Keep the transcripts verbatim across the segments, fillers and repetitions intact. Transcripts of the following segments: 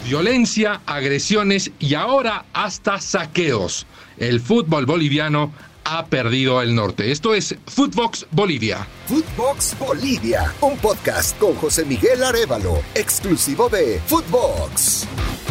Violencia, agresiones y ahora hasta saqueos. El fútbol boliviano ha perdido el norte. Esto es Footbox Bolivia. Footbox Bolivia, un podcast con José Miguel Arévalo, exclusivo de Footbox.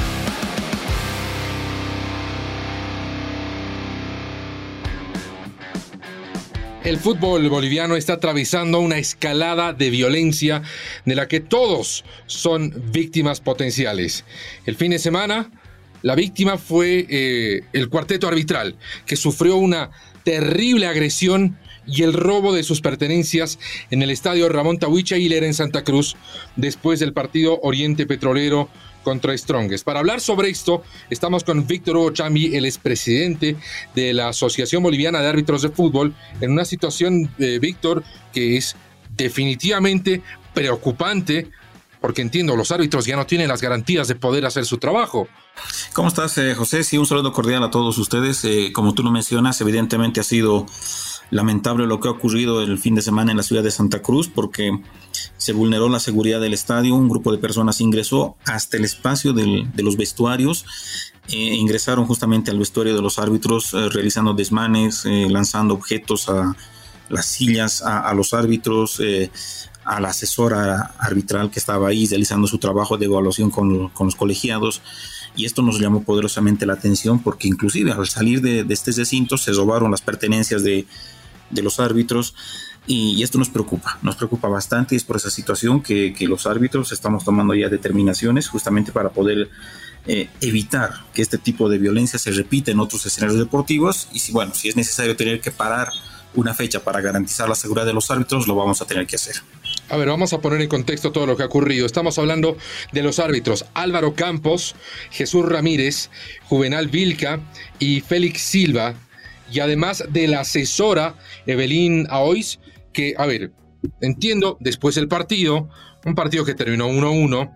El fútbol boliviano está atravesando una escalada de violencia de la que todos son víctimas potenciales. El fin de semana, la víctima fue eh, el cuarteto arbitral, que sufrió una terrible agresión y el robo de sus pertenencias en el estadio Ramón Tahuicha Aguilera en Santa Cruz, después del partido Oriente Petrolero contra Strongest. Para hablar sobre esto, estamos con Víctor Hugo Chambi, el expresidente de la Asociación Boliviana de Árbitros de Fútbol, en una situación, eh, Víctor, que es definitivamente preocupante, porque entiendo, los árbitros ya no tienen las garantías de poder hacer su trabajo. ¿Cómo estás, eh, José? Sí, un saludo cordial a todos ustedes. Eh, como tú lo mencionas, evidentemente ha sido lamentable lo que ha ocurrido el fin de semana en la ciudad de Santa Cruz, porque se vulneró la seguridad del estadio. Un grupo de personas ingresó hasta el espacio del, de los vestuarios, eh, ingresaron justamente al vestuario de los árbitros, eh, realizando desmanes, eh, lanzando objetos a las sillas, a, a los árbitros, eh, a la asesora arbitral que estaba ahí realizando su trabajo de evaluación con, con los colegiados. Y esto nos llamó poderosamente la atención, porque inclusive al salir de, de este recinto se robaron las pertenencias de, de los árbitros, y, y esto nos preocupa, nos preocupa bastante. Y es por esa situación que, que los árbitros estamos tomando ya determinaciones justamente para poder eh, evitar que este tipo de violencia se repita en otros escenarios deportivos. Y si, bueno, si es necesario tener que parar una fecha para garantizar la seguridad de los árbitros, lo vamos a tener que hacer. A ver, vamos a poner en contexto todo lo que ha ocurrido. Estamos hablando de los árbitros Álvaro Campos, Jesús Ramírez, Juvenal Vilca y Félix Silva, y además de la asesora Evelyn Aoiz, que, a ver, entiendo, después del partido, un partido que terminó uno a uno,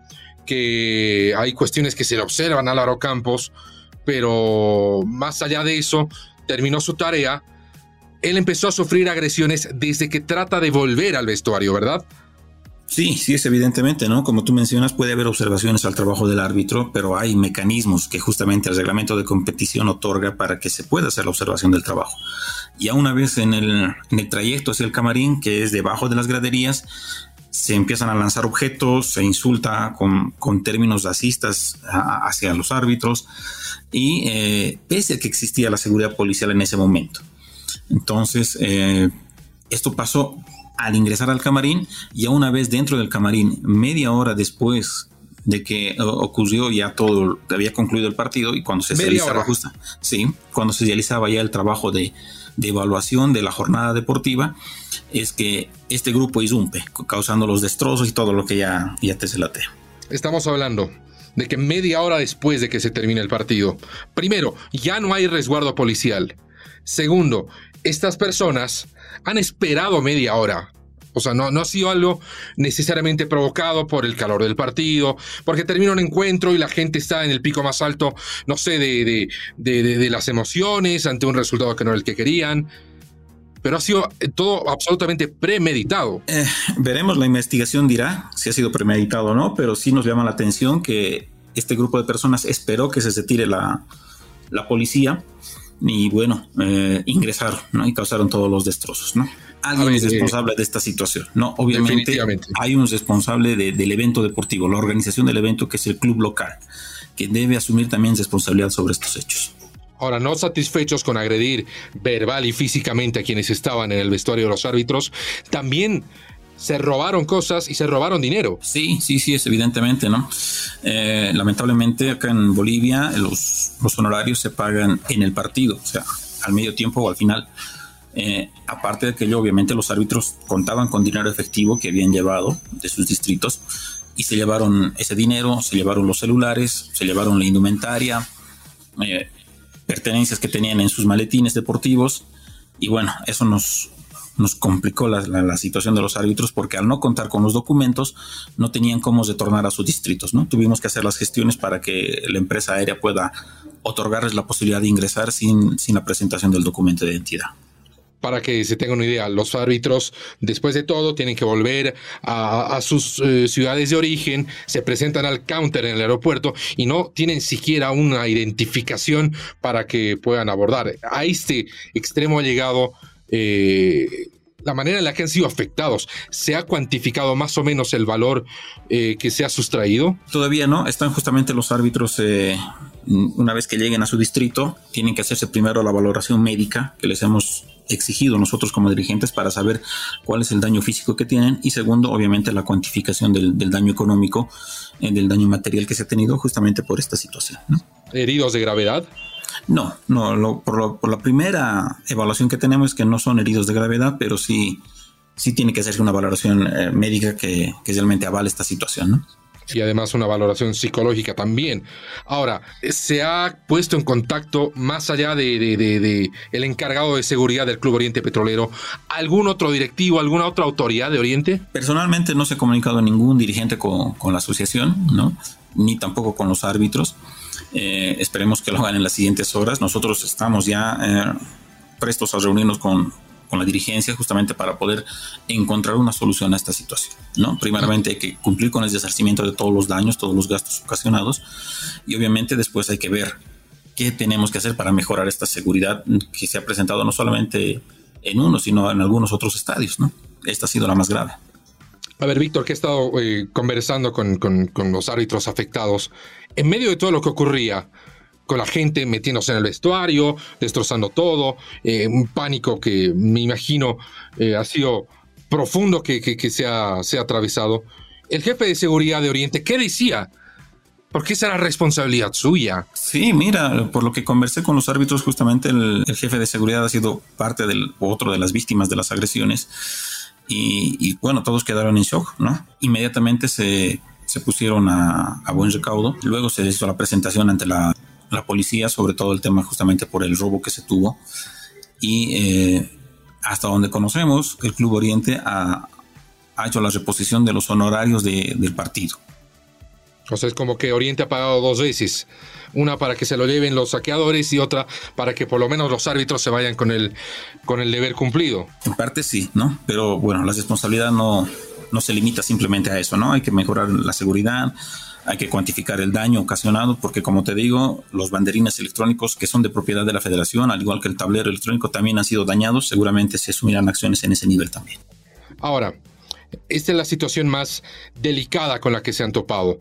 que hay cuestiones que se le observan a Álvaro Campos, pero más allá de eso, terminó su tarea. Él empezó a sufrir agresiones desde que trata de volver al vestuario, ¿verdad? Sí, sí es evidentemente, ¿no? Como tú mencionas, puede haber observaciones al trabajo del árbitro, pero hay mecanismos que justamente el reglamento de competición otorga para que se pueda hacer la observación del trabajo. Ya una vez en el, en el trayecto hacia el camarín, que es debajo de las graderías, se empiezan a lanzar objetos, se insulta con, con términos racistas a, hacia los árbitros, y eh, pese a que existía la seguridad policial en ese momento. Entonces, eh, esto pasó al ingresar al camarín, y a una vez dentro del camarín, media hora después de que uh, ocurrió ya todo, había concluido el partido, y cuando se realizaba justa, sí, cuando se realizaba ya el trabajo de, de evaluación de la jornada deportiva, es que este grupo irrumpe, causando los destrozos y todo lo que ya, ya te relaté. Estamos hablando de que media hora después de que se termine el partido, primero, ya no hay resguardo policial. Segundo, estas personas han esperado media hora. O sea, no, no ha sido algo necesariamente provocado por el calor del partido, porque termina un encuentro y la gente está en el pico más alto, no sé, de, de, de, de, de las emociones ante un resultado que no era el que querían. Pero ha sido todo absolutamente premeditado. Eh, veremos, la investigación dirá si ha sido premeditado o no, pero sí nos llama la atención que este grupo de personas esperó que se retire la, la policía, y bueno, eh, ingresaron, ¿no? Y causaron todos los destrozos, ¿no? Alguien ver, es responsable eh, de esta situación, ¿no? Obviamente hay un responsable de, del evento deportivo, la organización del evento, que es el club local, que debe asumir también responsabilidad sobre estos hechos. Ahora, no satisfechos con agredir verbal y físicamente a quienes estaban en el vestuario de los árbitros, también se robaron cosas y se robaron dinero. Sí, sí, sí, es evidentemente, ¿no? Eh, lamentablemente acá en Bolivia los, los honorarios se pagan en el partido, o sea, al medio tiempo o al final. Eh, aparte de aquello, obviamente los árbitros contaban con dinero efectivo que habían llevado de sus distritos, y se llevaron ese dinero, se llevaron los celulares, se llevaron la indumentaria, eh, pertenencias que tenían en sus maletines deportivos, y bueno, eso nos... nos complicó la, la, la situación de los árbitros, porque al no contar con los documentos no tenían cómo retornar a sus distritos, ¿no? Tuvimos que hacer las gestiones para que la empresa aérea pueda otorgarles la posibilidad de ingresar sin, sin la presentación del documento de identidad. para que se tengan una idea, los árbitros, después de todo, tienen que volver a, a sus eh, ciudades de origen, se presentan al counter en el aeropuerto y no tienen siquiera una identificación para que puedan abordar. A este extremo ha llegado eh, la manera en la que han sido afectados. ¿Se ha cuantificado más o menos el valor eh, que se ha sustraído? Todavía no, están justamente los árbitros, eh, una vez que lleguen a su distrito, tienen que hacerse primero la valoración médica que les hemos exigido nosotros como dirigentes para saber cuál es el daño físico que tienen, y segundo, obviamente, la cuantificación del, del daño económico, eh, del daño material que se ha tenido justamente por esta situación, ¿no? ¿Heridos de gravedad? No, no lo, por, lo, por la primera evaluación que tenemos es que no son heridos de gravedad, pero sí, sí tiene que hacerse una valoración eh, médica que, que realmente avale esta situación, ¿no? Y además una valoración psicológica también. Ahora, ¿se ha puesto en contacto, más allá de, de, de, de el encargado de seguridad del Club Oriente Petrolero, algún otro directivo, alguna otra autoridad de Oriente? Personalmente no se ha comunicado ningún dirigente con, con la asociación, ¿no? Ni tampoco con los árbitros. Eh, esperemos que lo hagan en las siguientes horas. Nosotros estamos ya eh, prestos a reunirnos con, con la dirigencia justamente para poder encontrar una solución a esta situación, ¿no? Primeramente hay que cumplir con el resarcimiento de todos los daños, todos los gastos ocasionados, y obviamente después hay que ver qué tenemos que hacer para mejorar esta seguridad que se ha presentado no solamente en uno, sino en algunos otros estadios, ¿no? Esta ha sido la más grave. A ver, Víctor, que he estado eh, conversando con, con, con los árbitros afectados, en medio de todo lo que ocurría, con la gente metiéndose en el vestuario, destrozando todo, eh, un pánico que me imagino eh, ha sido profundo que, que, que se, ha, se ha atravesado. El jefe de seguridad de Oriente, ¿qué decía? Porque esa era responsabilidad suya. Sí, mira, por lo que conversé con los árbitros, justamente el, el jefe de seguridad ha sido parte del otro de las víctimas de las agresiones. Y, y bueno, todos quedaron en shock, ¿no? Inmediatamente se, se pusieron a, a buen recaudo. Luego se hizo la presentación ante la, la policía sobre todo el tema justamente por el robo que se tuvo. Y eh, hasta donde conocemos, el Club Oriente ha, ha hecho la reposición de los honorarios de, del partido. O sea, es como que Oriente ha pagado dos veces. Una para que se lo lleven los saqueadores y otra para que por lo menos los árbitros se vayan con el, con el deber cumplido. En parte sí, ¿no? Pero bueno, la responsabilidad no, no se limita simplemente a eso, ¿no? Hay que mejorar la seguridad, hay que cuantificar el daño ocasionado, porque como te digo, los banderines electrónicos que son de propiedad de la federación, al igual que el tablero electrónico, también han sido dañados. Seguramente se asumirán acciones en ese nivel también. Ahora, esta es la situación más delicada con la que se han topado,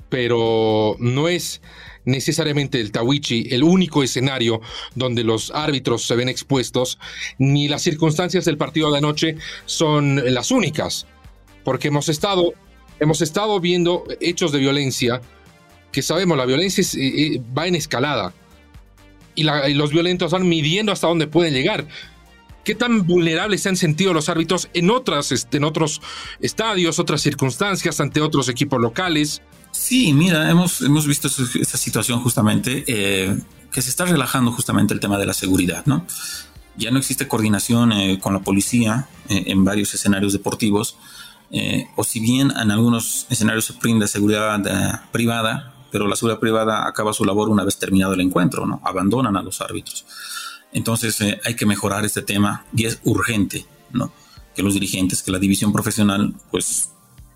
pero no es necesariamente el Tahuichi el único escenario donde los árbitros se ven expuestos, ni las circunstancias del partido de anoche son las únicas, porque hemos estado, hemos estado viendo hechos de violencia que sabemos, la violencia es, eh, va en escalada y, la, y los violentos van midiendo hasta dónde pueden llegar. ¿Qué tan vulnerables se han sentido los árbitros en, otras, en otros estadios, otras circunstancias, ante otros equipos locales? Sí, mira, hemos, hemos visto esta situación justamente, eh, que se está relajando justamente el tema de la seguridad, ¿no? Ya no existe coordinación eh, con la policía eh, en varios escenarios deportivos, eh, o si bien en algunos escenarios se brinda seguridad eh, privada, pero la seguridad privada acaba su labor una vez terminado el encuentro, ¿no? Abandonan a los árbitros. Entonces eh, hay que mejorar este tema y es urgente, ¿no? Que los dirigentes, que la división profesional, pues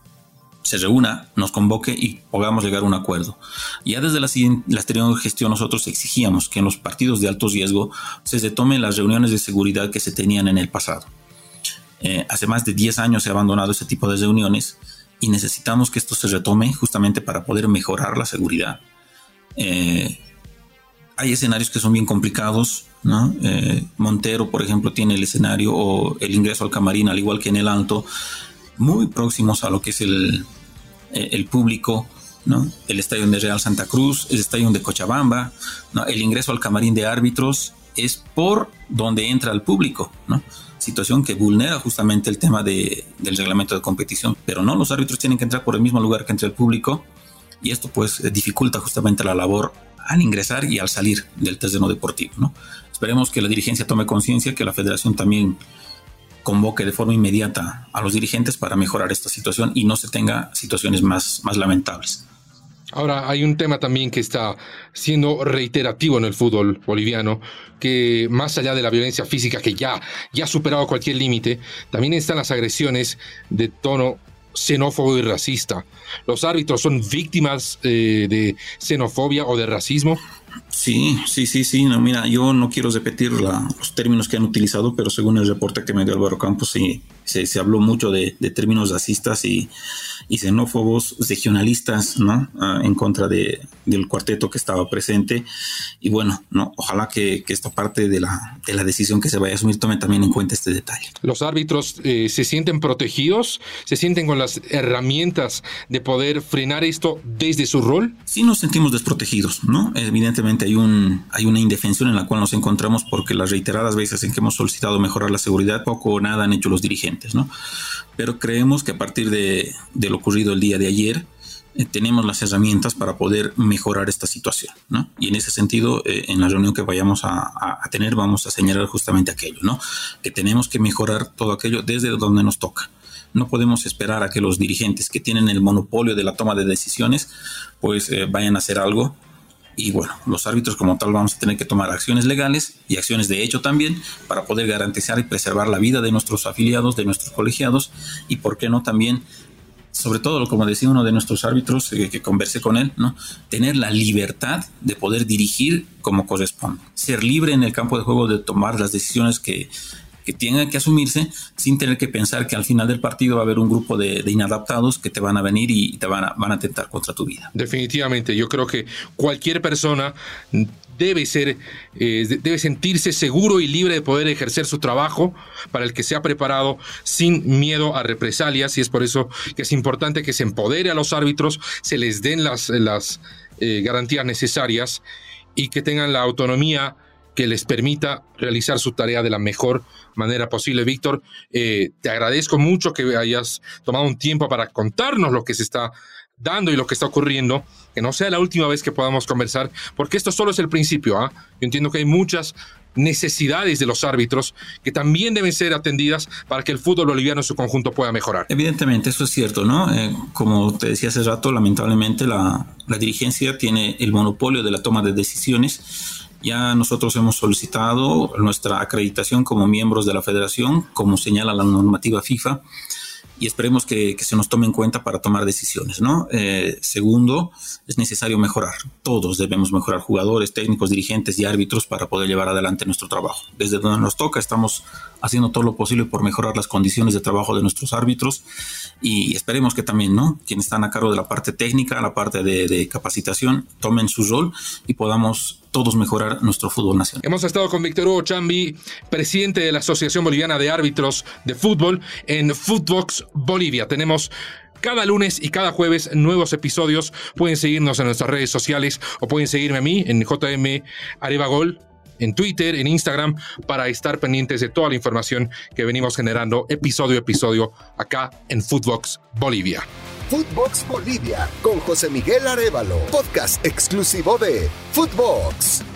se reúna, nos convoque y podamos llegar a un acuerdo. Ya desde la, la anterior gestión nosotros exigíamos que en los partidos de alto riesgo se retomen las reuniones de seguridad que se tenían en el pasado. Eh, hace más de diez años se ha abandonado ese tipo de reuniones y necesitamos que esto se retome justamente para poder mejorar la seguridad. Eh, hay escenarios que son bien complicados, ¿no? Eh, Montero, por ejemplo, tiene el escenario o el ingreso al camarín, al igual que en el Alto, muy próximos a lo que es el, el público, ¿no? El estadio de Real Santa Cruz, el estadio de Cochabamba, ¿no? El ingreso al camarín de árbitros es por donde entra el público, ¿no? Situación que vulnera justamente el tema de, del reglamento de competición, pero no, los árbitros tienen que entrar por el mismo lugar que entra el público y esto pues dificulta justamente la labor al ingresar y al salir del terreno deportivo, ¿no? Esperemos que la dirigencia tome conciencia, que la federación también convoque de forma inmediata a los dirigentes para mejorar esta situación y no se tenga situaciones más, más lamentables. Ahora, hay un tema también que está siendo reiterativo en el fútbol boliviano, que más allá de la violencia física que ya, ya ha superado cualquier límite, también están las agresiones de tono xenófobo y racista. ¿Los árbitros son víctimas eh, de xenofobia o de racismo? Sí, sí, sí, sí. No, mira, yo no quiero repetir la, los términos que han utilizado, pero según el reporte que me dio Álvaro Campos, sí, se, se habló mucho de, de términos racistas y, y xenófobos, regionalistas, ¿no? Uh, en contra de, del cuarteto que estaba presente. Y bueno, no, ojalá que, que esta parte de la, de la decisión que se vaya a asumir tome también en cuenta este detalle. ¿Los árbitros eh, se sienten protegidos? ¿Se sienten con las herramientas de poder frenar esto desde su rol? Sí, nos sentimos desprotegidos, ¿no? Evidentemente hay un hay una indefensión en la cual nos encontramos porque las reiteradas veces en que hemos solicitado mejorar la seguridad, poco o nada han hecho los dirigentes, ¿no? Pero creemos que a partir de, de lo ocurrido el día de ayer, eh, tenemos las herramientas para poder mejorar esta situación, ¿no? Y en ese sentido, eh, en la reunión que vayamos a, a, a tener, vamos a señalar justamente aquello, ¿no? Que tenemos que mejorar todo aquello desde donde nos toca. No podemos esperar a que los dirigentes que tienen el monopolio de la toma de decisiones, pues eh, vayan a hacer algo. Y bueno, los árbitros como tal vamos a tener que tomar acciones legales y acciones de hecho también para poder garantizar y preservar la vida de nuestros afiliados, de nuestros colegiados y por qué no también, sobre todo como decía uno de nuestros árbitros eh, que conversé con él, ¿no? Tener la libertad de poder dirigir como corresponde, ser libre en el campo de juego de tomar las decisiones que que tengan que asumirse sin tener que pensar que al final del partido va a haber un grupo de, de inadaptados que te van a venir y te van a, van a atentar contra tu vida. Definitivamente, yo creo que cualquier persona debe ser, eh, debe sentirse seguro y libre de poder ejercer su trabajo para el que se ha preparado sin miedo a represalias, y es por eso que es importante que se empodere a los árbitros, se les den las, las eh, garantías necesarias y que tengan la autonomía que les permita realizar su tarea de la mejor manera posible. Víctor, eh, te agradezco mucho que hayas tomado un tiempo para contarnos lo que se está dando y lo que está ocurriendo, que no sea la última vez que podamos conversar, porque esto solo es el principio, ¿eh? Yo entiendo que hay muchas necesidades de los árbitros que también deben ser atendidas para que el fútbol boliviano en su conjunto pueda mejorar. Evidentemente, eso es cierto, ¿no? Eh, como te decía hace rato, lamentablemente la, la dirigencia tiene el monopolio de la toma de decisiones. Ya nosotros hemos solicitado nuestra acreditación como miembros de la federación, como señala la normativa FIFA, y esperemos que, que se nos tome en cuenta para tomar decisiones, ¿no? Eh, segundo, es necesario mejorar. Todos debemos mejorar, jugadores, técnicos, dirigentes y árbitros, para poder llevar adelante nuestro trabajo. Desde donde nos toca estamos haciendo todo lo posible por mejorar las condiciones de trabajo de nuestros árbitros y esperemos que también, ¿no?, quienes están a cargo de la parte técnica, la parte de, de capacitación, tomen su rol y podamos todos mejorar nuestro fútbol nacional. Hemos estado con Víctor Hugo Chambi, presidente de la Asociación Boliviana de Árbitros de Fútbol, en Footbox Bolivia. Tenemos cada lunes y cada jueves nuevos episodios. Pueden seguirnos en nuestras redes sociales o pueden seguirme a mí en J M Arevagol, en Twitter, en Instagram, para estar pendientes de toda la información que venimos generando episodio a episodio acá en Footbox Bolivia. Footbox Bolivia con José Miguel Arévalo, podcast exclusivo de Footbox.